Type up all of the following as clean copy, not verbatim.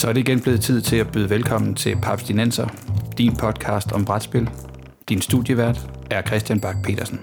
Så er det igen blevet tid til at byde velkommen til Papstinenser, din podcast om brætspil. Din studievært er Christian Bak Petersen.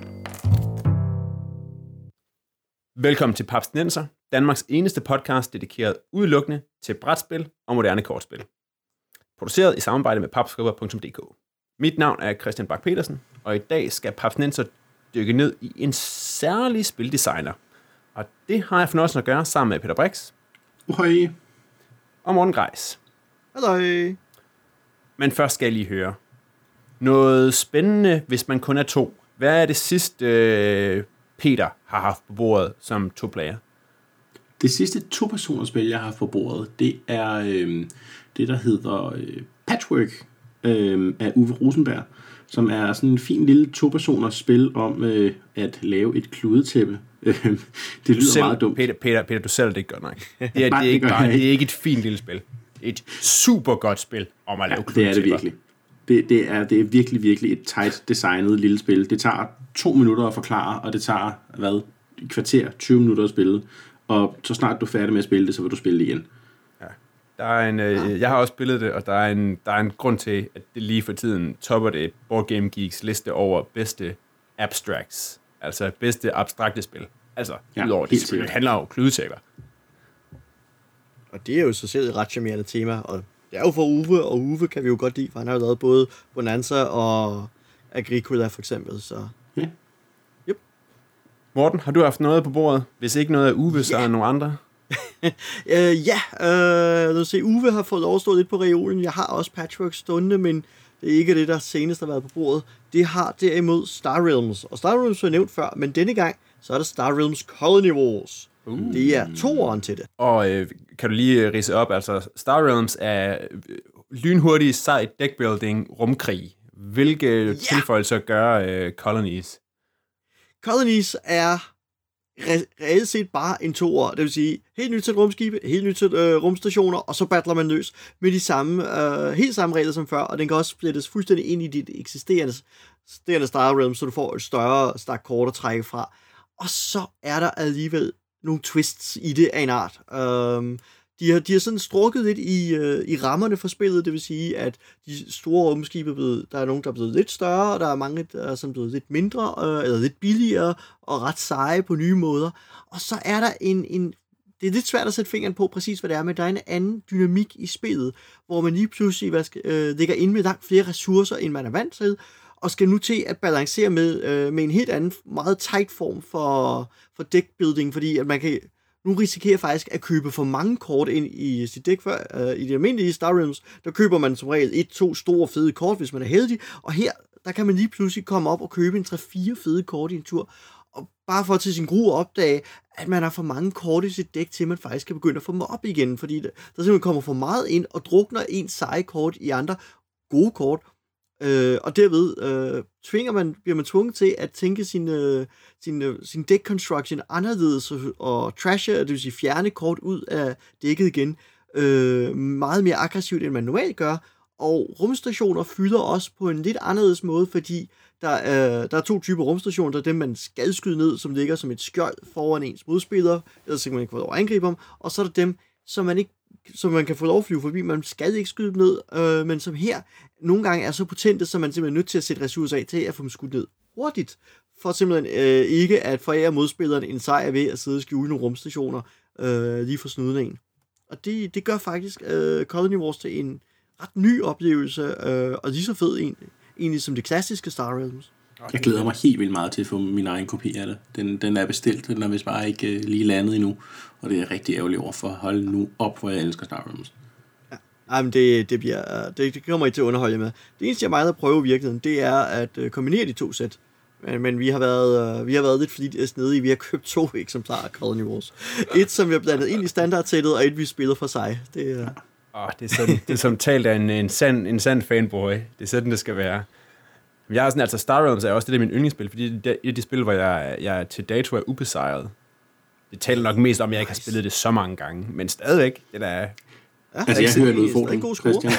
Velkommen til Papstinenser, Danmarks eneste podcast dedikeret udelukkende til brætspil og moderne kortspil. Produceret i samarbejde med papskubber.dk. Mit navn er Christian Bak Petersen, og i dag skal Papstinenser dykke ned i en særlig spildesigner. Og det har jeg fornøjelsen at gøre sammen med Peter Brix. Hej. Og Morten Greis. Halløj. Men først skal jeg lige høre. Noget spændende, hvis man kun er to. Hvad er det sidste, Peter har haft på bordet som to-player? Det sidste to-personers-spil, jeg har haft på bordet, det er det, der hedder Patchwork af Uwe Rosenberg, som er sådan en fin lille to-personers spil om at lave et kludetæppe. Det lyder meget dumt. Peter, du selv det ikke godt nok. Det er ikke et fint lille spil. Et super godt spil om at lave kludetæpper. Det er det virkelig. Det er virkelig, virkelig et tight designet lille spil. Det tager 2 minutter at forklare, og det tager, et kvarter, 20 minutter at spille. Og så snart du er færdig med at spille det, så vil du spille det igen. Ja. Der er jeg har også spillet det, og der er en grund til, at det lige for tiden topper det Board Game Geeks liste over bedste abstracts. Altså bedste abstrakte spil. Altså, udover det spil, det handler om kludetæpper. Og det er jo så selv et ret charmerende tema, og det er jo for Uwe, og Uwe kan vi jo godt lide, for han har jo lavet både Bonanza og Agricola for eksempel, så... Ja. Yep. Morten, har du haft noget på bordet? Hvis ikke noget af Uwe, så er der nogle andre? Lad os se, Uwe har fået overstået lidt på reolen. Jeg har også Patchwork stående, men det er ikke det, der senest har været på bordet. Det har derimod Star Realms, og Star Realms var nævnt før, men denne gang, så er der Star Realms Colony Wars. Det er 2'eren til det. Og kan du lige ridse op, altså Star Realms er lynhurtig, sej deckbuilding, rumkrig. Hvilke tilføjelser gør Colonies? Colonies er reelt set bare en 2'er, det vil sige helt nyt til rumskibe, helt nyt til rumstationer, og så battler man løs med de samme, helt samme regler som før, og den kan også splittes fuldstændig ind i dit eksisterende Star Realms, så du får et større stak kort at trække fra. Og så er der alligevel nogle twists i det af en art. De har sådan strukket lidt i rammerne for spillet, det vil sige, at de store rumskibe, der er nogen, der er blevet lidt større, og der er mange, der er sådan blevet lidt mindre, eller lidt billigere, og ret seje på nye måder. Og så er der det er lidt svært at sætte fingeren på præcis, hvad det er, men der er en anden dynamik i spillet, hvor man lige pludselig ligger inde med langt flere ressourcer, end man er vant til, og skal nu til at balancere med en helt anden, meget tight form for deckbuilding, fordi at man kan nu risikerer faktisk at købe for mange kort ind i sit dæk. I de almindelige Star Realms, der køber man som regel 1-2 store fede kort, hvis man er heldig, og her, der kan man lige pludselig komme op og købe en 3-4 fede kort i en tur, og bare for til sin gru opdage, at man har for mange kort i sit dæk, til man faktisk kan begynde at få dem op igen, fordi der simpelthen kommer for meget ind, og drukner en seje kort i andre gode kort, og derved bliver man tvunget til at tænke sin deck construction anderledes og trashe, det vil sige fjerne kort ud af dækket igen, meget mere aggressivt, end man normalt gør, og rumstationer fylder også på en lidt anderledes måde, fordi der er 2 typer rumstationer. Der er dem, man skal skyde ned, som ligger som et skjold foran ens modspiller, ellers kan man ikke få lov at angribe dem, og så er der dem, som man kan få lov at flyve forbi. Man skal ikke skyde dem ned, men som her nogle gange er så potente, så man simpelthen er nødt til at sætte ressourcer af til at få dem skudt ned hurtigt, for simpelthen ikke at forære modspilleren en sejr ved at sidde og skjule nogle rumstationer lige for snuden af en. Og det gør faktisk Colony Wars til en ret ny oplevelse, og lige så fed egentlig som det klassiske Star Realms. Jeg glæder mig helt vildt meget til at få min egen kopi af det. Den er bestilt, den er vist bare ikke lige landet endnu, og det er rigtig ærgerligt over for at holde nu op, hvor jeg elsker Star Realms. Ja, ej, men det kommer I til at underholde med. Det eneste, jeg meget at prøve i virkeligheden, det er at kombinere de 2 sæt. Men vi har været lidt flittigt nede. Vi har købt 2 eksemplarer af Colony Wars. Et, som vi har blandet ind i standardsættet, og et, vi spiller for sig. Det er som talt af en sand fanboy. Det er sådan, det skal være. Jeg har sådan, altså Star Realms er også det der min yndlingsspil, fordi det er et af de spil, hvor jeg til dato er ubesejret. Det taler nok mest om, at jeg ikke har spillet det så mange gange, men stadigvæk, det der er... Ja, altså, jeg hører noget for en god score.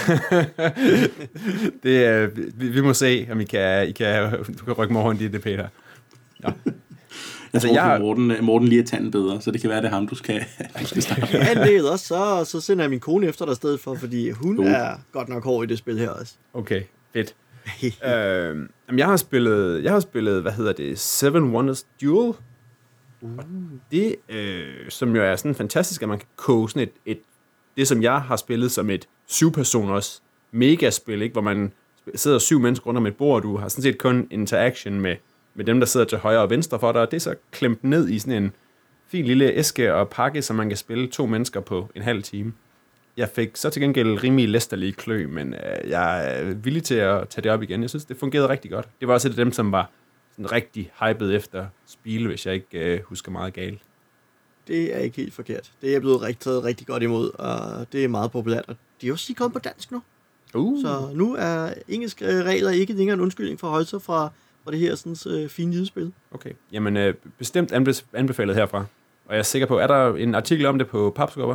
Vi må se, om du kan rykke mig rundt i det, Peter. Ja. Jeg tror, Morten lige er tanden bedre, så det kan være, det er ham, du skal starte. Ja, det er også, så sender jeg min kone efter dig i stedet for, fordi hun er godt nok hård i det spil her også. Okay, fedt. Jeg har spillet, Seven Wonders Duel. Og det, som jo er sådan fantastisk, at man kan koge sådan det, som jeg har spillet som et 7-personers megaspil, ikke? Hvor man sidder 7 mennesker rundt om et bord, og du har sådan set kun interaction med dem, der sidder til højre og venstre for dig, og det er så klemt ned i sådan en fin lille æske og pakke, så man kan spille 2 mennesker på en halv time. Jeg fik så til gengæld rimelig læsterlige klø, men jeg er villig til at tage det op igen. Jeg synes, det fungerede rigtig godt. Det var også et af dem, som var sådan rigtig hyped efter spil, hvis jeg ikke husker meget galt. Det er ikke helt forkert. Det er blevet taget rigtig godt imod, og det er meget populært. Og de er også lige kommet på dansk nu. Så nu er engelske regler ikke længere en undskyldning for at holde sig fra det her sådan, fine lille spil. Okay, jamen bestemt anbefalet herfra. Og jeg er sikker på, er der en artikel om det på Papskubber?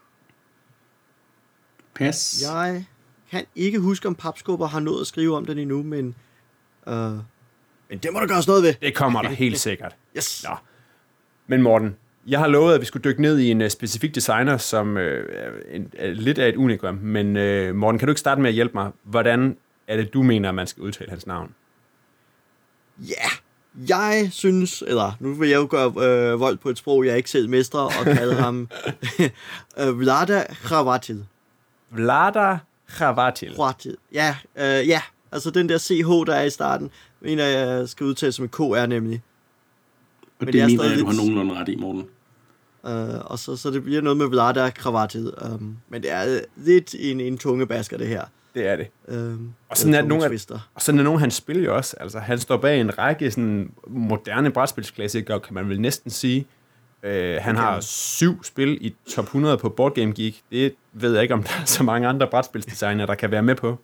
Pas. Jeg kan ikke huske, om Papskubber har nået at skrive om den endnu, men det må der gøres noget ved. Det kommer der helt sikkert. Yes. Nå. Men Morten, jeg har lovet, at vi skulle dykke ned i en specifik designer, som er lidt af et unikum. Men Morten, kan du ikke starte med at hjælpe mig? Hvordan er det, du mener, at man skal udtale hans navn? Ja, jeg synes, eller nu vil jeg jo gøre vold på et sprog, jeg ikke selv mestrer, og kalde ham Vlada Chvátil. Vlada Chvátil. Ja, altså den der CH, der er i starten, mener jeg skal udtale som et KR nemlig. Og men det mener jeg, du har nogenlunde ret i, Morten. Og så det bliver noget med Vlada Chvátil. Men det er lidt en tunge basker, det her. Det er det. Og sådan er nogle af hans spil jo også. Altså, han står bag en række sådan, moderne brætspilsklassikere, kan man vel næsten sige. Han har 7 spil i top 100 på Board Game Geek. Det ved jeg ikke, om der er så mange andre brætspilsdesignere, der kan være med på.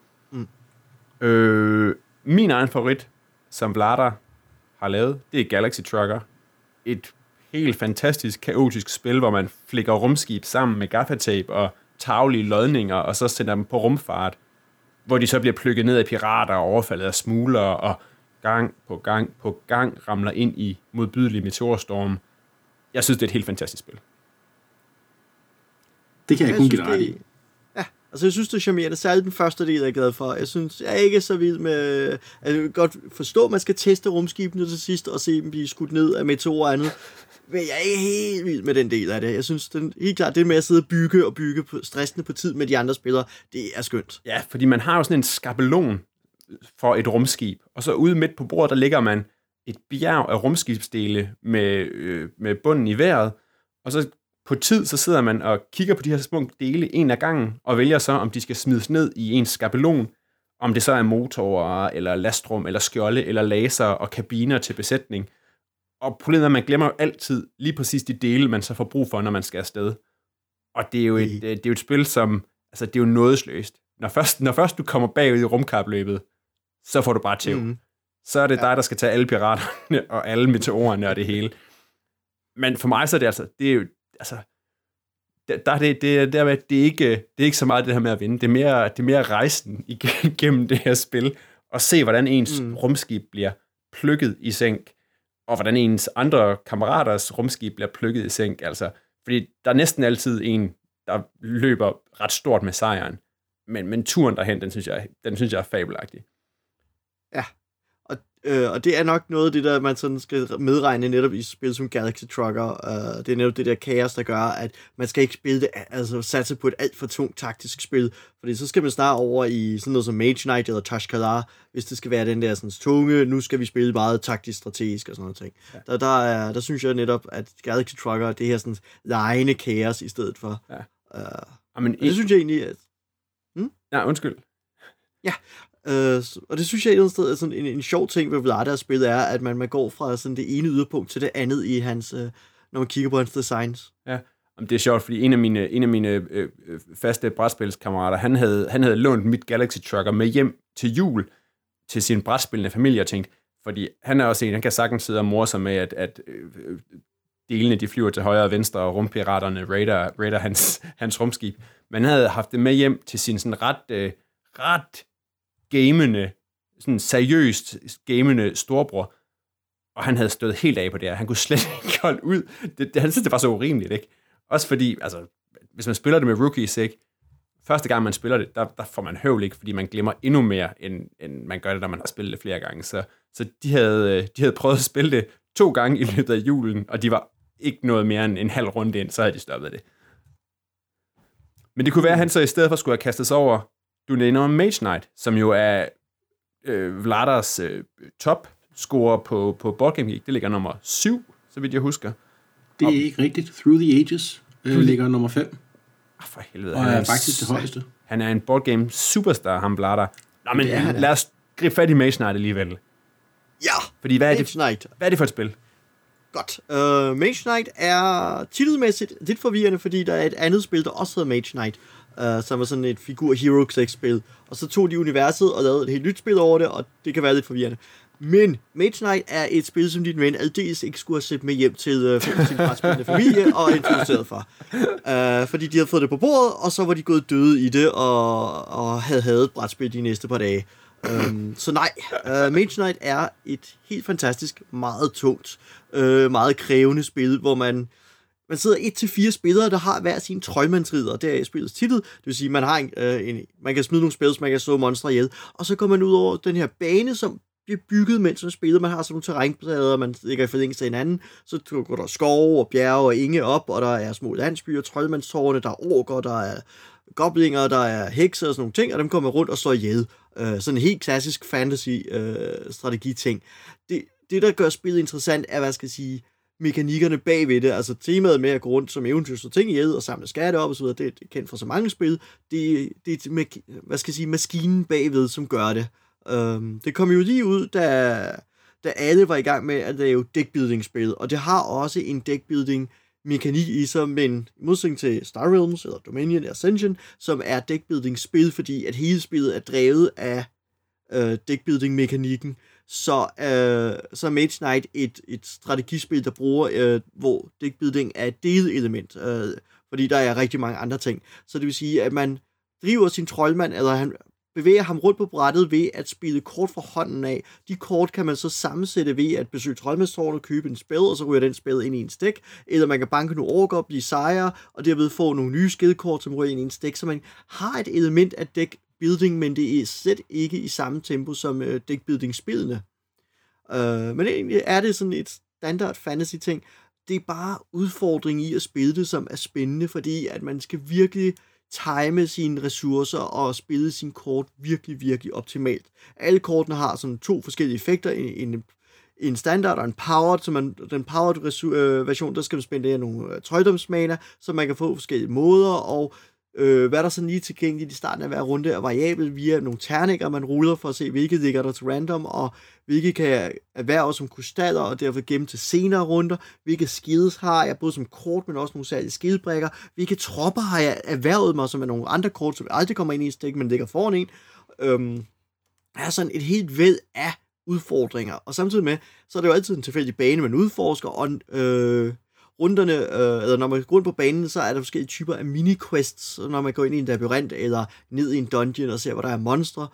Min egen favorit, som Vlada har lavet, det er Galaxy Trucker. Et helt fantastisk, kaotisk spil, hvor man flikker rumskib sammen med gaffatape og tarvelige lodninger, og så sender dem på rumfart, hvor de så bliver plukket ned af pirater og overfaldet af smuglere, og gang på gang ramler ind i modbydelige meteorstorme. Jeg synes, det er et helt fantastisk spil. Det kan jeg kun give dig ret i. Ja, altså jeg synes, det er charmerende. Særligt den første del, jeg er glad for. Jeg synes, jeg er ikke så vild med... Jeg kan godt forstå, at man skal teste rumskibene til sidst, og se dem blive skudt ned af meteorer og andet. Men jeg er ikke helt vild med den del af det. Jeg synes, helt klart, det med at sidde og bygge stressende på tid med de andre spillere, det er skønt. Ja, fordi man har jo sådan en skabelon for et rumskib, og så ude midt på bordet, der ligger man et bjerg af rumskibsdele med bunden i vejret, og så på tid, så sidder man og kigger på de her små dele en af gangen, og vælger så, om de skal smides ned i en skabelon, om det så er motorer, eller lastrum, eller skjolde, eller laser og kabiner til besætning. Og problemet er, at man glemmer jo altid lige præcis de dele, man så får brug for, når man skal afsted. Og det er jo et spil, som, altså det er jo nådesløst. Når først du kommer bagud i rumkapløbet, så får du bare tæv. Så er det dig, der skal tage alle piraterne og alle meteorerne og det hele. Men for mig så er det altså, det er jo, altså, det er ikke så meget det her med at vinde. Det er mere rejsen igennem det her spil, og se, hvordan ens rumskib bliver plukket i sænk, og hvordan ens andre kammeraters rumskib bliver plukket i sænk. Altså, fordi der er næsten altid en, der løber ret stort med sejren. Men turen derhen, den synes jeg er fabelagtig. Ja, og det er nok noget af det, der man sådan skal medregne netop i spil som Galaxy Trucker. Det er netop det der kaos, der gør, at man skal ikke spille det, altså satse på et alt for tungt taktisk spil, fordi så skal man snart over i sådan noget som Mage Knight eller Tashkalar, hvis det skal være den der sådan tunge, nu skal vi spille meget taktisk strategisk og sådan noget ting. Ja. Der synes jeg netop, at Galaxy Trucker, det her sådan legende kaos i stedet for. Ja. Det synes jeg egentlig, at... Ja, undskyld. Ja, og det synes jeg et eller andet sted er sådan en sjov ting ved Vlada-spillet er, at man går fra sådan det ene yderpunkt til det andet i hans, når man kigger på hans designs. Ja, det er sjovt, fordi en af mine faste brætspilskammerater, han havde lånt mit Galaxy Trucker med hjem til jul til sin brætspillende familie og tænkt, fordi han er også han kan sagtens sidde og more sig med, at delene de flyver til højre og venstre, og rumpiraterne raider hans rumskib. Men han havde haft det med hjem til sin sådan ret gamende, sådan seriøst gamende storbror. Og han havde stået helt af på det her. Han kunne slet ikke holde ud. Han synes, det var så urimeligt, ikke? Også fordi, altså, hvis man spiller det med rookies, ikke? Første gang, man spiller det, der får man høvl, ikke? Fordi man glemmer endnu mere, end man gør det, når man har spillet det flere gange. Så de havde prøvet at spille det 2 gange i løbet af julen, og de var ikke noget mere end en halv runde ind, så havde de stoppet det. Men det kunne være, at han så i stedet for skulle have kastet sig over, du nævner Mage Knight, som jo er Vladers top-scorer på Board Game Geek. Det ligger nummer 7, så vidt jeg husker. Det er ikke rigtigt. Through the Ages ligger nummer 5. For helvede. Og Han er faktisk det højeste. Han er en Board Game superstar, ham Vlader. Nå, men lad os gribe fat i Mage Knight alligevel. Ja, Fordi hvad er det for et spil? Godt. Mage Knight er titelmæssigt lidt forvirrende, fordi der er et andet spil, der også hedder Mage Knight, som er sådan et figur Hero Click-spil. Og så tog de universet og lavede et helt nyt spil over det, og det kan være lidt forvirrende. Men Mage Knight er et spil, som din ven aldeles ikke skulle have set med hjem til sin brætspillende familie og introduceret for. Fordi de havde fået det på bordet, og så var de gået døde i det, og havde hadet brætspil de næste par dage. Så nej, Mage Knight er et helt fantastisk, meget tungt, meget krævende spil, hvor man sidder 1-4 spillere, der har hver sin troldmandsridder. Det er spillets titel. Det vil sige, man har man kan smide nogle spil, så man kan slå monstre ihjel. Og så går man ud over den her bane, som bliver bygget, mens man spiller. Man har sådan nogle terrænplader, man ligger i forlængelse af hinanden. Så går der skove og bjerge og enge op, og der er små landsbyer, troldmandstårne, der er orker, der er goblinger, der er hekser og sådan nogle ting, og dem kommer rundt og slår ihjel. Sådan en helt klassisk fantasy-strategi-ting. Det, der gør spillet interessant, er, hvad skal jeg sige, mekanikkerne bagved det. Altså temaet med at gå rundt som eventyr, så ting ihjel og samle skatte op og så videre, det er kendt fra så mange spil. Det er, hvad skal jeg sige, maskinen bagved, som gør det. Det kom jo lige ud, da alle var i gang med at lave deckbuilding-spil, og det har også en deckbuilding-mekanik i sig, men i modsætning til Star Realms eller Dominion Ascension, som er deckbuilding-spil, fordi at hele spillet er drevet af deckbuilding-mekanikken, så er Mage Knight et strategispil, der bruger, hvor deckbuilding er et delelement, fordi der er rigtig mange andre ting. Så det vil sige, at man driver sin troldmand, eller han bevæger ham rundt på brættet ved at spille kort fra hånden af. De kort kan man så sammensætte ved at besøge troldmandstårnet og købe en spil, og så ryger den spil ind i en stik, eller man kan banke nogle orker, blive sejre, og derved få nogle nye skidkort, som ryger ind i en stik, så man har et element af deckbuilding, men det er slet ikke i samme tempo som deckbuilding-spillene. Men egentlig er det sådan et standard fantasy-ting. Det er bare udfordringen i at spille det, som er spændende, fordi at man skal virkelig time sine ressourcer og spille sin kort virkelig, virkelig optimalt. Alle kortene har sådan 2 forskellige effekter, en standard og en powered, så den powered version, der skal man spendere nogle troldomsmaner, så man kan få forskellige måder, og hvad der så lige tilgængeligt i starten af hver runde er variabel via nogle terninger, man ruller for at se, hvilke ligger der til random, og hvilke kan erhverve som krystaller, og derfor gemme til senere runder, hvilke skills har jeg, både som kort, men også nogle særlige skillbrækker, hvilke tropper har jeg erhvervet mig, som er nogle andre kort, som aldrig kommer ind i en stik, men ligger foran en. Er sådan et helt væld af udfordringer, og samtidig med, så er det jo altid en tilfældig bane, man udforsker, og runderne, eller når man går rundt på banen, så er der forskellige typer af mini-quests, når man går ind i en labyrint, eller ned i en dungeon og ser, hvor der er monstre,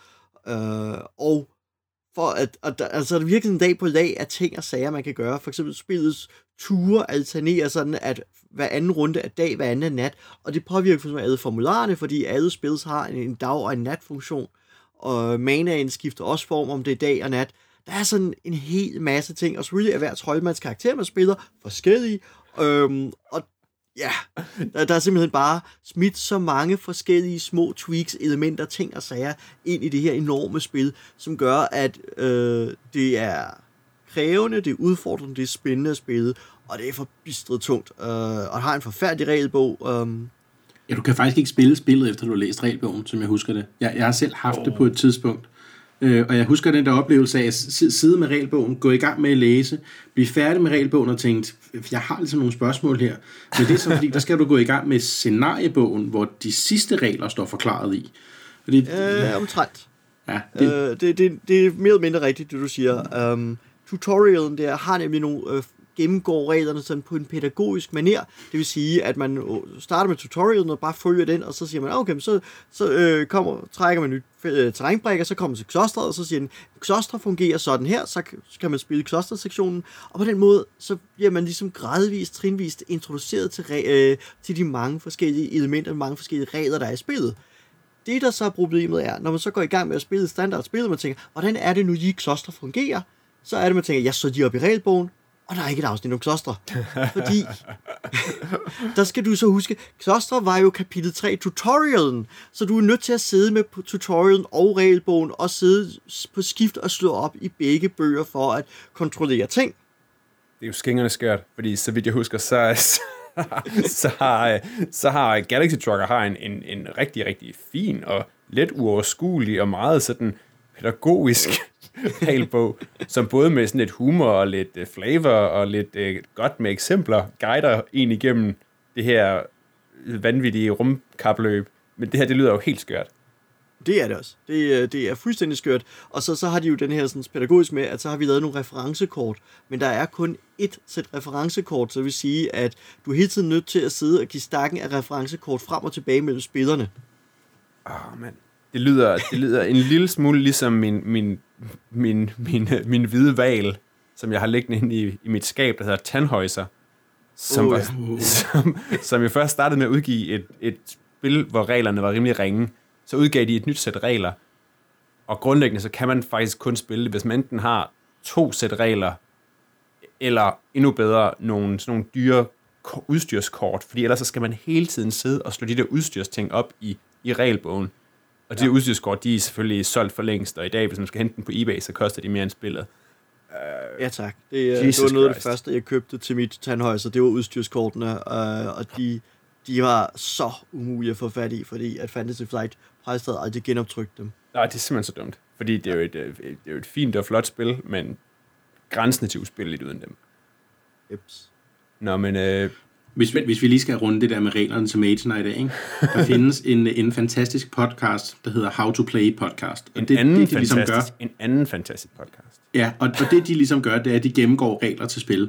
og for at altså, der er virkelig en dag på dag af ting og sager, man kan gøre. For eksempel spillets ture alternerer sådan, at hver anden runde er dag, hver anden er nat, og det påvirker for alle formularerne, fordi alle spils har en dag- og en nat-funktion, og manaen skifter også form, om det er dag og nat. Der er sådan en hel masse ting, og selvfølgelig er hver troldmands karakter, man spiller, forskellige, og ja, der er simpelthen bare smidt så mange forskellige små tweaks, elementer, ting og sager ind i det her enorme spil, som gør, at det er krævende, det er udfordrende, det er spændende at spille, og det er forbistret tungt, og har en forfærdelig regelbog. Ja, du kan faktisk ikke spille spillet, efter du har læst regelbogen, som jeg husker det. Jeg har selv haft det på et tidspunkt. Og jeg husker den der oplevelse af at sidde med regelbogen, gå i gang med at læse, blive færdig med regelbogen og tænke, jeg har ligesom nogle spørgsmål her. Men det er så fordi, der skal du gå i gang med scenariebogen, hvor de sidste regler står forklaret i. Omtrent. Ja, det er mere eller mindre rigtigt, det du siger. Tutorialen der har nemlig nogle gennemgår reglerne sådan på en pædagogisk manér. Det vil sige, at man starter med tutorialen og bare følger den, og så siger man, okay, så trækker man nyt terrænbrækker, så kommer man til klosteret, og så siger den, kloster fungerer sådan her, så kan man spille klostersektionen, og på den måde, så bliver man ligesom gradvist, trinvist introduceret til de mange forskellige elementer, mange forskellige regler, der er i spillet. Det, der så er problemet er, når man så går i gang med at spille et standardspil, og man tænker, hvordan er det nu, de kloster fungerer? Så er det, man tænker, så de er oppe i regelbogen, og der er ikke et afsnit om klostre. Fordi, der skal du så huske, klostre var jo kapitel 3 tutorialen, så du er nødt til at sidde med tutorialen og regelbogen, og sidde på skift og slå op i begge bøger for at kontrollere ting. Det er jo skængerne skørt, fordi så vidt jeg husker, så har Galaxy Trucker en rigtig, rigtig fin og let uoverskuelig og meget sådan pædagogisk regelbog, som både med sådan lidt humor og lidt flavor og lidt godt med eksempler guider en igennem det her vanvittige rumkapløb. Men det her, det lyder jo helt skørt. Det er det også. Det er fuldstændig skørt. Og så har de jo den her sådan, pædagogisk med, at så har vi lavet nogle referencekort, men der er kun ét sæt referencekort, så det vil sige, at du er hele tiden nødt til at sidde og give stakken af referencekort frem og tilbage mellem spillerne. Mand. Det lyder en lille smule ligesom min hvide hval, som jeg har liggende inde i mit skab, der hedder Tannhäuser, som jeg først startede med at udgive et spil, hvor reglerne var rimelig ringe. Så udgav de et nyt sæt regler, og grundlæggende så kan man faktisk kun spille det, hvis man enten har 2 sæt regler, eller endnu bedre, sådan nogle dyre udstyrskort, fordi ellers så skal man hele tiden sidde og slå de der udstyrsting op i regelbogen. Og de her udstyrskort, de er selvfølgelig solgt for længst, og i dag, hvis man skal hente den på eBay, så koster de mere end spillet. Ja tak. Det var noget af det første, jeg købte til mit Tannhäuser, det var udstyrskortene, og de var så umulige at få fat i, fordi at Fantasy Flight faktisk havde aldrig genoptrykt dem. Nej, det er simpelthen så dumt, fordi det er jo et fint og flot spil, men grænsende til uspilleligt uden dem. Jeps. Nå, men... Hvis vi lige skal runde det der med reglerne til Mage Knight, ikke? Der findes en fantastisk podcast, der hedder How to Play Podcast. En anden fantastisk podcast. Ja, og det de ligesom gør, det er, at de gennemgår regler til spil.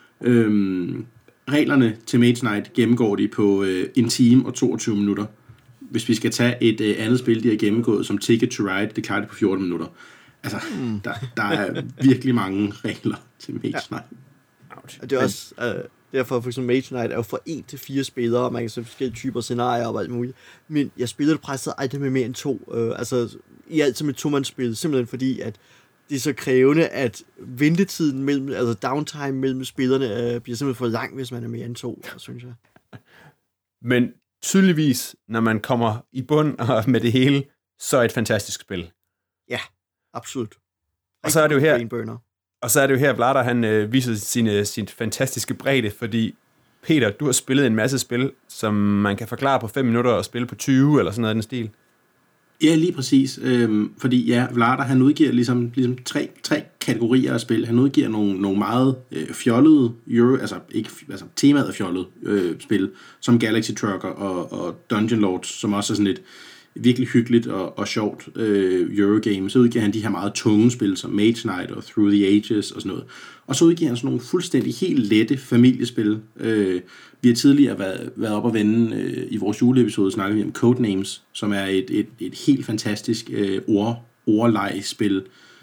Reglerne til Mage Knight gennemgår de på 1 time og 22 minutter. Hvis vi skal tage et andet spil, de har gennemgået, som Ticket to Ride, det klarer de på 14 minutter. Altså, der er virkelig mange regler til Mage Knight. Og det er også... Derfor for eksempel Mage Knight er jo fra 1 til 4 spillere, og man kan se forskellige typer scenarier og alt muligt. Men jeg spillede presset aldrig med mere end 2. I alt som et 2-mandsspil, simpelthen fordi, at det er så krævende, at ventetiden mellem, altså downtime mellem spillerne, bliver simpelthen for lang, hvis man er mere end 2, synes jeg. Men tydeligvis, når man kommer i bund og med det hele, så er et fantastisk spil. Ja, absolut. Og så er det jo her, Vlader, han viser sin fantastiske bredde, fordi Peter, du har spillet en masse spil, som man kan forklare på 5 minutter og spille på 20 eller sådan noget i den stil. Ja, lige præcis. Fordi Vlader, han udgiver ligesom tre kategorier af spil. Han udgiver nogle meget fjollede, temaet af fjollede spil, som Galaxy Trucker og Dungeon Lords, som også er sådan et virkelig hyggeligt og sjovt Eurogame. Så udgiver han de her meget tunge spil, som Mage Knight og Through the Ages og sådan noget. Og så udgiver han sådan nogle fuldstændig helt lette familiespil. Vi har tidligere været op og vende i vores juleepisode, snakkede vi om Codenames, som er et helt fantastisk ordlegespil,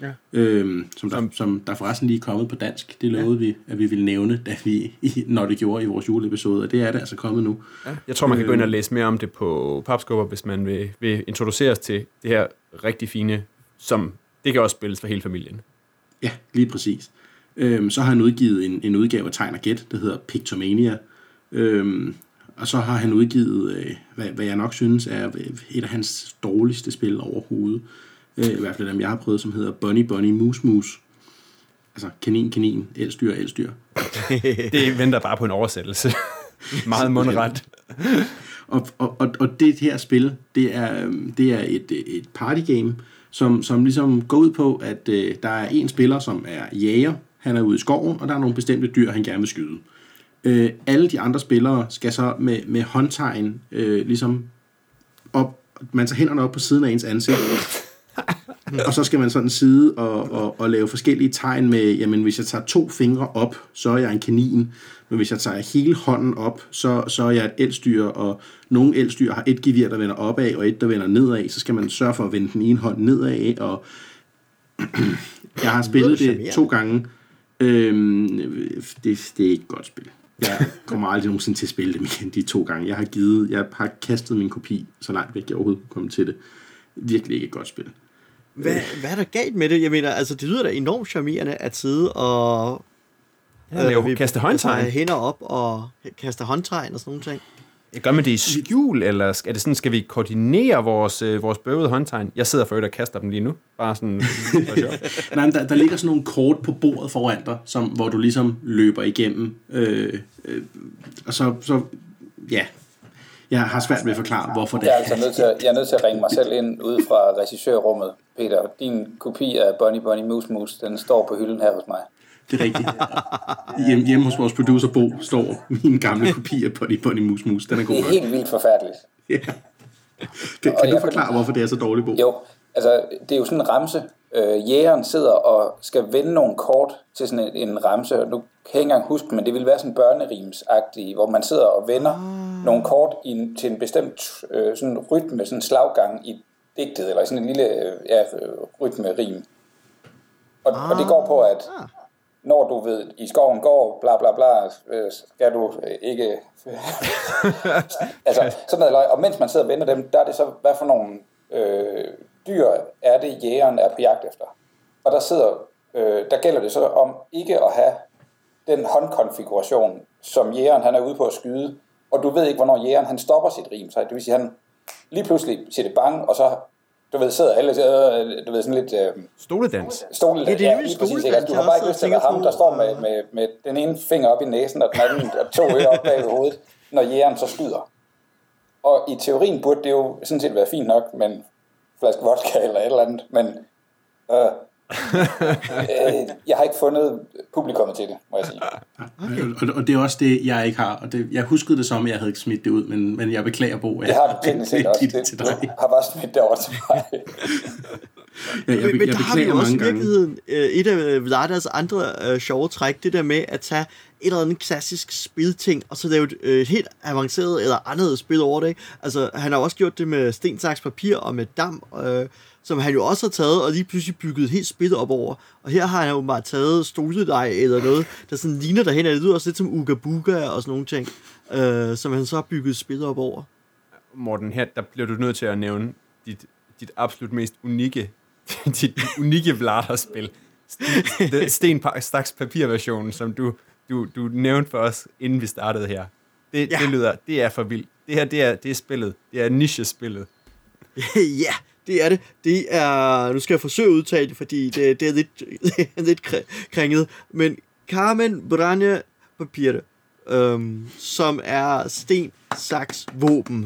som der forresten lige er kommet på dansk. Det lovede vi, at vi ville nævne, når det gjorde i vores juleepisode, og det er det altså kommet nu. Ja. Jeg tror, man kan gå ind og læse mere om det på Papskubber, hvis man vil introduceres til det her rigtig fine, som det kan også spilles for hele familien. Ja, lige præcis. Så har han udgivet en udgave af Tegn og Gæt, der hedder Pictomania. Og så har han udgivet, hvad jeg nok synes er et af hans dårligste spil overhovedet. I hvert fald dem, jeg har prøvet, som hedder Bunny Bunny Moose Moose. Altså kanin, elstyr. Det venter bare på en oversættelse. Meget mundret. Og det her spil, det er et partygame, som ligesom går ud på, at der er en spiller, som er jæger. Han er ude i skoven, og der er nogle bestemte dyr, han gerne vil skyde. Alle de andre spillere skal så med håndtegn ligesom op, man tager hænderne op på siden af ens ansigt, Og så skal man sådan sidde og lave forskellige tegn med, jamen hvis jeg tager 2 fingre op, så er jeg en kanin. Men hvis jeg tager hele hånden op, så er jeg et elstyr, og nogle elstyr har et gevir, der vender opad, og et, der vender nedad. Så skal man sørge for at vende den ene hånd nedad, og jeg har spillet det 2 gange. Det er ikke et godt spil. Jeg kommer aldrig nogensinde til at spille dem igen de 2 gange. Jeg har kastet min kopi så langt væk, jeg overhovedet kunne komme til det. Virkelig ikke et godt spil. Hvad er der galt med det? Jeg mener, altså det lyder da enormt charmerende at sidde og kaste håndtegn. Hænder op og kaste håndtegn og sådan nogle ting. Gør man det i skjul, eller er det sådan, skal vi koordinere vores bøvede håndtegn? Jeg sidder for øvrigt og kaster dem lige nu. Bare sådan. Nej, der ligger sådan nogle kort på bordet foran dig, hvor du ligesom løber igennem. Og så ja. Jeg har svært ved at forklare, hvorfor det er. Jeg er nødt til at ringe mig selv ind ud fra regissørrummet. Peter, din kopi af Bunny Moose Moose, den står på hylden her hos mig. Det er rigtigt. Hjemme hos vores producer Bo står min gamle kopi af Bunny Moose Moose. Den er god. Det er helt vildt forfærdeligt. Ja. Kan du forklare, hvorfor det er så dårligt, Bo? Jo, altså det er jo sådan en ramse. Jægeren sidder og skal vende nogle kort til sådan en ramse, og nu kan jeg ikke engang huske, men det vil være sådan børnerimsagtigt, hvor man sidder og vender nogle kort til en bestemt sådan rytme, sådan slaggang i digtet, eller sådan en lille rytmerim. Og det går på, at når du ved, i skoven går, bla bla bla, skal du ikke... altså, sådan noget løg. Og mens man sidder og vender dem, der er det så, hvad for nogle dyr er det, jægeren er på jagt efter. Og der gælder det så om ikke at have den håndkonfiguration, som jægeren han er ude på at skyde. Og du ved ikke, hvornår jægeren han stopper sit rim. Så det vil sige, han lige pludselig siger det bang, og så sidder alle, sådan lidt... Stoledans. Stoledans, ja, lige præcis. Altså, du har bare ikke lyst til at være ham, der står med den ene finger op i næsen, og den anden og 2 ører op bag hovedet, når jægeren så skyder. Og i teorien burde det jo sådan set være fint nok, men flaske vodka eller et eller andet, men jeg har ikke fundet publikummet til det, må jeg sige. Okay. Og det er også det, jeg ikke har. Og jeg huskede det som, jeg havde ikke smidt det ud, men jeg beklager, Bo. Det har du teknisk set også. Du har bare smidt det over til mig. Men der har vi også i virkeligheden et af Vladas andre sjove træk, det der med at tage et eller andet klassisk spilting, og så lave et helt avanceret eller andet spil over det. Altså, han har også gjort det med sten, saks, papir og med dam, som han jo også har taget, og lige pludselig bygget et helt spil op over. Og her har han jo bare taget stoledej eller noget, der sådan ligner derhen, det lyder også lidt som Uga Buga og sådan nogle ting, som han så har bygget et spil op over. Morten, her der bliver du nødt til at nævne dit absolut mest unikke Vlada-spil. Sten, staks, papir-versionen, som du nævnte for os, inden vi startede her. Det er for vildt. Det her, det er spillet. Det er niche-spillet. Ja, det er det. Det er, nu skal jeg forsøge at udtale det, fordi det er lidt kringet, men Carmen Branja Papir, som er sten, saks, våben.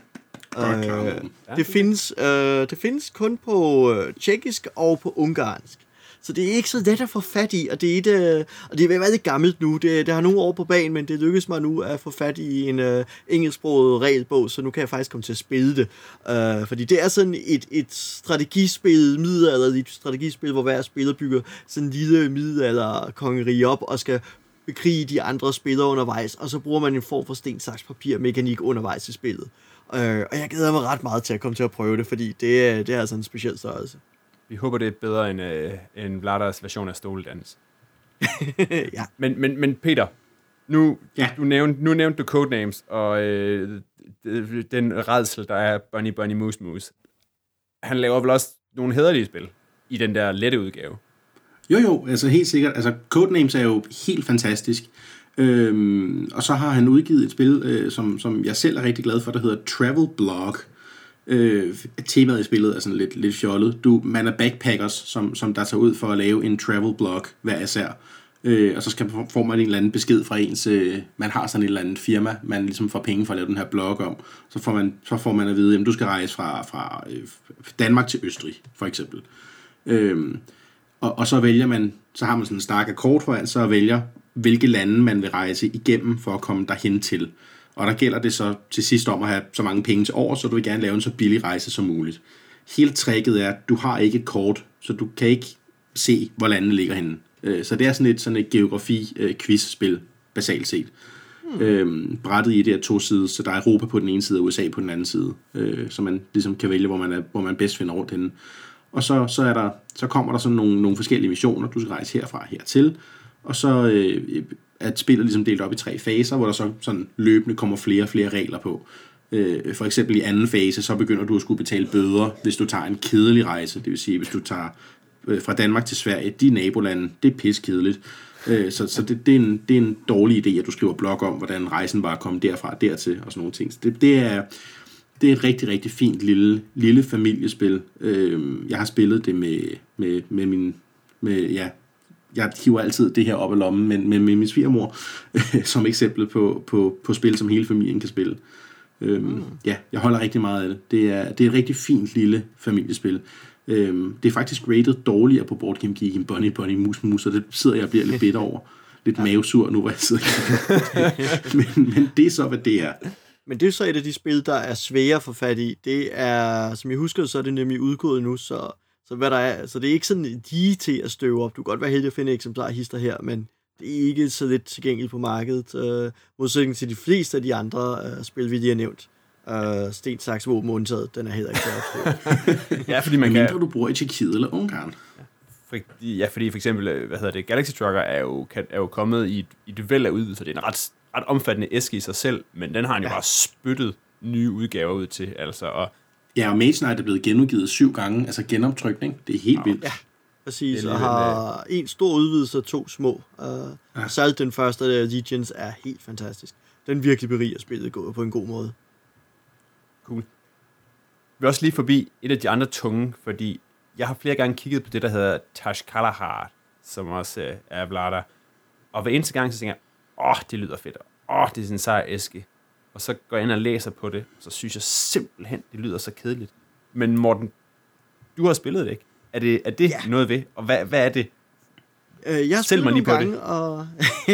Det findes kun på tjekkisk og på ungarsk. Så det er ikke så let at få fat i, og det er været lidt gammelt nu. Det har nogle år på banen, men det lykkedes mig nu at få fat i en engelsksproget regelbog, så nu kan jeg faktisk komme til at spille det. Fordi det er sådan et strategispil, middelalderligt strategispil, hvor hver spiller bygger sådan en lille middelalderkongerige op og skal bekrige de andre spillere undervejs, og så bruger man en form for sten, saks, papir mekanik undervejs i spillet. Og jeg glæder mig ret meget til at komme til at prøve det, fordi det er altså en speciel størrelse. Vi håber, det er bedre end Vladas version af stoledans. Ja. Men Peter, nu nævnte du Codenames, og den rædsel, der er Bunny Moose Moose. Han laver vel også nogle hæderlige spil i den der lette udgave? Jo, altså helt sikkert. Altså Codenames er jo helt fantastisk. Og så har han udgivet et spil, som jeg selv er rigtig glad for, der hedder Travel Blog. Temaet i spillet er sådan lidt fjollet. Man er backpackers, som der tager ud for at lave en travel blog hver især. Og så får man en eller anden besked fra ens... man har sådan et eller andet firma, man ligesom får penge for at lave den her blog om. Så får man at vide, at du skal rejse fra Danmark til Østrig, for eksempel. Og så vælger man... Så har man sådan en stak af kort foran, så vælger, hvilke lande man vil rejse igennem for at komme derhen til. Og der gælder det så til sidst om at have så mange penge til over, så du vil gerne lave en så billig rejse som muligt. hele tricket er, at du har ikke et kort, så du kan ikke se, hvor landene ligger henne. Så det er sådan et geografi-quiz-spil, basalt set. Brættet i det er 2 sider, så der er Europa på den ene side og USA på den anden side, så man ligesom kan vælge, hvor man bedst finder rundt henne. Og så kommer der sådan nogle forskellige missioner, du skal rejse herfra og hertil, og så er spillet ligesom delt op i 3 faser, hvor der så sådan løbende kommer flere og flere regler på. For eksempel i anden fase, så begynder du at skulle betale bøder, hvis du tager en kedelig rejse, det vil sige, hvis du tager fra Danmark til Sverige, de nabolande, det er piskedeligt. Så det er en dårlig idé, at du skriver blog om, hvordan rejsen var at komme derfra og dertil, og sådan nogle ting. Så det er et rigtig, rigtig fint lille familiespil. Jeg har spillet det med min... Jeg hiver altid det her op af lommen, men med min svigermor som eksempel på spil, som hele familien kan spille. Ja, jeg holder rigtig meget af det. Det er et rigtig fint lille familiespil. Det er faktisk rated dårligere på Board Game Geek end Bunny Mus, og det sidder jeg og bliver lidt bitter over. Lidt mavesur nu, hvor jeg sidder. men det er så, hvad det er. Men det er så et af de spil, der er svære at få fat i. Det er, som jeg husker, så er det nemlig udgået nu, så hvad der er, så det er ikke sådan lige til at støve op. Du kan godt være heldig at finde eksemplarhister her, men det er ikke så lidt tilgængeligt på markedet, modsætning til de fleste af de andre spil, vi lige har nævnt. Sten, saks, våben undtaget, den er heller ikke så ja, fordi man mindre du bor i Tjekkiet eller Ungarn. Ja, fordi for eksempel, Galaxy Trucker er jo kommet i et væld af udvidelser. Det er en ret omfattende æske i sig selv, men den har han jo bare spyttet nye udgaver ud til, altså. Og Mage Knight er blevet genudgivet 7 gange, altså genoptrykning. Det er helt vildt. Ja, præcis, og har en stor udvidelse og 2 små. Særligt den første, Legions, er helt fantastisk. Den virkelig beriger spillet på en god måde. Cool. Vi er også lige forbi et af de andre tunge, fordi jeg har flere gange kigget på det, der hedder Tashkalahar, som også er Vlada. Og hver eneste gang, så tænker jeg, det lyder fedt. Det er sådan en sej æske. Og så går jeg ind og læser på det, og så synes jeg simpelthen, det lyder så kedeligt. Men Morten, du har spillet det, ikke? Er det noget ved? Og hvad er det? Jeg har spillet nogle gange, og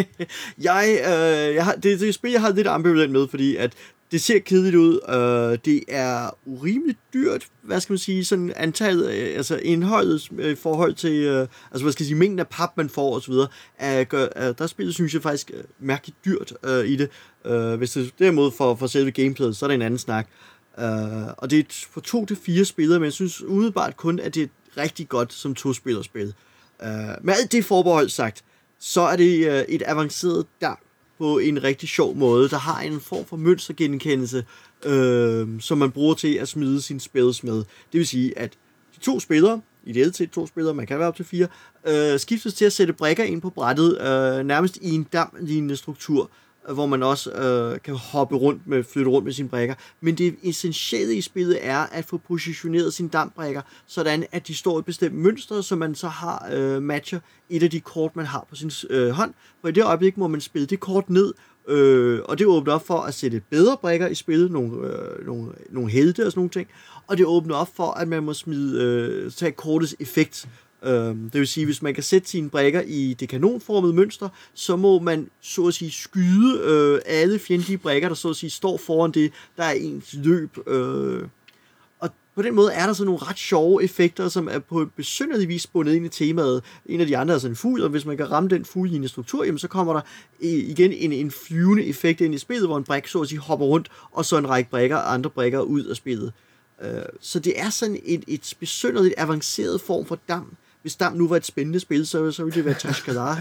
det er et spil, jeg har lidt ambivalent med, fordi at det ser kedeligt ud. Det er urimeligt dyrt, hvad skal man sige, sådan antallet, altså indholdet i forhold til, altså hvad skal jeg sige, mængden af pap, man får osv. Der spillet, synes jeg faktisk, mærkeligt dyrt i det. Hvis det derimod for selve gameplayet, så er det en anden snak. Og det er for 2 til 4 spillere, men jeg synes umiddelbart kun, at det er rigtig godt som 2-spillerspil. Med alt det forbehold sagt, så er det et avanceret dam på en rigtig sjov måde, der har en form for mønstergenkendelse, som man bruger til at smide sine spells med. Det vil sige, at de 2 spillere, ideelt set 2 spillere, man kan være op til 4, skiftes til at sætte brikker ind på brættet, nærmest i en dam-lignende struktur, hvor man også kan flytte rundt med sine brikker. Men det essentielle i spillet er at få positioneret sine dambrikker, sådan at de står i et bestemt mønster, så man så har matcher et af de kort, man har på sin hånd. For i det øjeblik må man spille det kort ned, og det åbner op for at sætte bedre brikker i spillet, nogle helte og sådan nogle ting. Og det åbner op for, at man må tage kortets effekt. Det vil sige, hvis man kan sætte sine brikker i det kanonformede mønster, så må man så at sige skyde alle fjendtlige brikker, der så at sige står foran det, der er ens løb. Og på den måde er der så nogle ret sjove effekter, som er på besynderlig vis bundet ind i temaet. En af de andre er sådan en fugl, og hvis man kan ramme den fuglelignende struktur, jamen så kommer der igen en flyvende effekt ind i spillet, hvor en brik så at sige hopper rundt, og så en række brikker og andre brikker ud af spillet. Så det er sådan et besynderligt avanceret form for dam. Hvis dam nu var et spændende spil, så ville det være Tashkalar.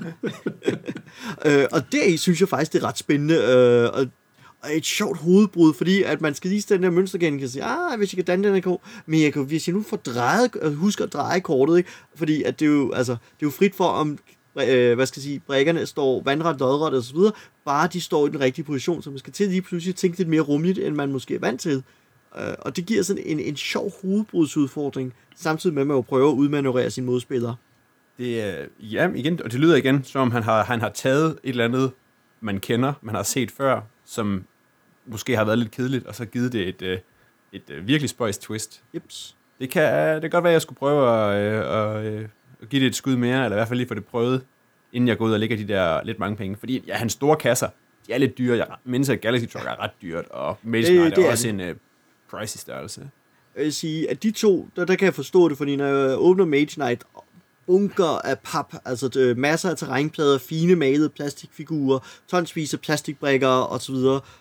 Og deri synes jeg faktisk, det er ret spændende. Og et sjovt hovedbrud, fordi at man skal lige den der mønstergen kan sige, hvis jeg kan danne den her kort, men hvis jeg nu får husker at dreje kortet, ikke? Fordi at det er jo frit for, om brikkerne står vandret, lodret og så videre, bare de står i den rigtige position, så man skal til lige pludselig tænke lidt mere rummeligt, end man måske er vant til. Og det giver sådan en sjov hovedbrudsudfordring, samtidig med at man jo prøver at udmanøvrere sine modspillere. Det er, igen, og det lyder igen, som om han har taget et eller andet, man kender, man har set før, som måske har været lidt kedeligt, og så givet det et virkelig spøjst twist. Jeps. Det kan godt være, at jeg skulle prøve at give det et skud mere, eller i hvert fald lige få det prøvet, inden jeg går ud og lægger de der lidt mange penge. Fordi hans store kasser, de er lidt dyre. Jeg mindes, at Galaxy Trucker er ret dyrt, og Mage Knight er også en pricey størrelse. Jeg vil sige, at de to, der kan jeg forstå det, fordi når jeg åbner Mage Knight, bunker af pap, altså masser af terrænplader, fine malede plastikfigurer, tonsvis af plastikbrikker osv.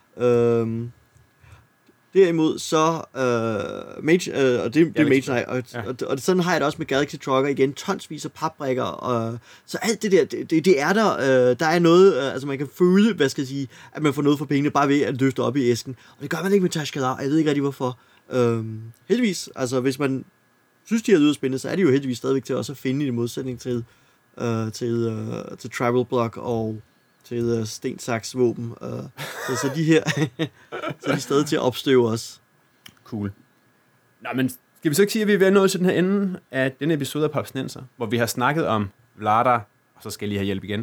Derimod så Mage, og det er Mage Knight, og sådan har jeg det også med Galaxy Trucker igen, tonsvis af papbrikker, og så alt det der, det er der er noget, altså man kan føle, hvad skal jeg sige, at man får noget for pengene, bare ved at løfte op i æsken, og det gør man ikke med Tashkalar, jeg ved ikke rigtig hvorfor. Heldigvis, altså hvis man synes, de er ude at spænde, så er de jo heldigvis stadigvæk til også at finde i modsætning til Travel Block og til sten, saks, våben. Så de her så er de stadig til at opstøve os. Cool. Nå, men skal vi så ikke sige, at vi er ved at nå til den her ende af denne episode af Papsnenser, hvor vi har snakket om Vladar, og så skal jeg lige have hjælp igen.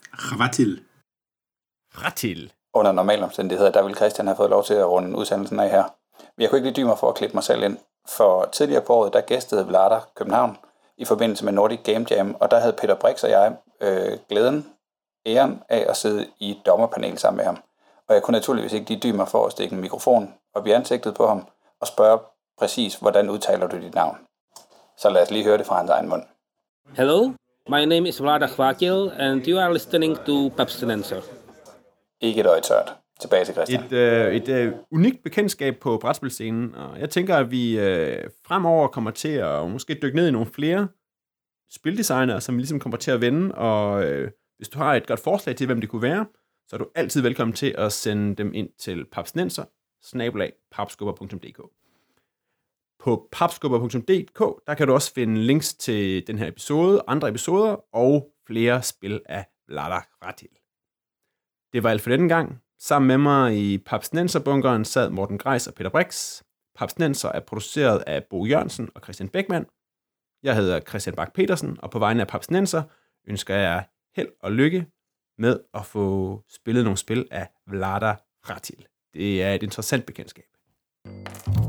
Ratil. Under normale omstændigheder, der vil Christian have fået lov til at runde udsendelsen af her. Men jeg kunne ikke lide mig for at klippe mig selv ind. For tidligere på året, der gæstede Vladar København i forbindelse med Nordic Game Jam, og der havde Peter Brix og jeg æren af at sidde i et dommerpanel sammen med ham. Og jeg kunne naturligvis ikke lide mig for at stikke en mikrofon op i ansigtet på ham og spørge præcis, hvordan udtaler du dit navn. Så lad os lige høre det fra hans egen mund. Hello, my name is Vladar Khvatil, and you are listening to Papstinenser. Ikke et øje tørt. Tilbage til Christian. Et unikt bekendtskab på brætspilscenen, og jeg tænker, at vi fremover kommer til at måske dykke ned i nogle flere spildesignere, som vi ligesom kommer til at vende, og hvis du har et godt forslag til, hvem det kunne være, så er du altid velkommen til at sende dem ind til papsnenser@papskubber.dk. På papskubber.dk, der kan du også finde links til den her episode, andre episoder og flere spil af Vladar Ratil. Det var alt for denne gang. Sammen med mig i Papsnenser-bunkeren sad Morten Greis og Peter Brix. Papsnenser er produceret af Bo Jørgensen og Christian Beckmann. Jeg hedder Christian Bak Petersen, og på vegne af Papsnenser ønsker jeg held og lykke med at få spillet nogle spil af Vladar Ratil. Det er et interessant bekendtskab.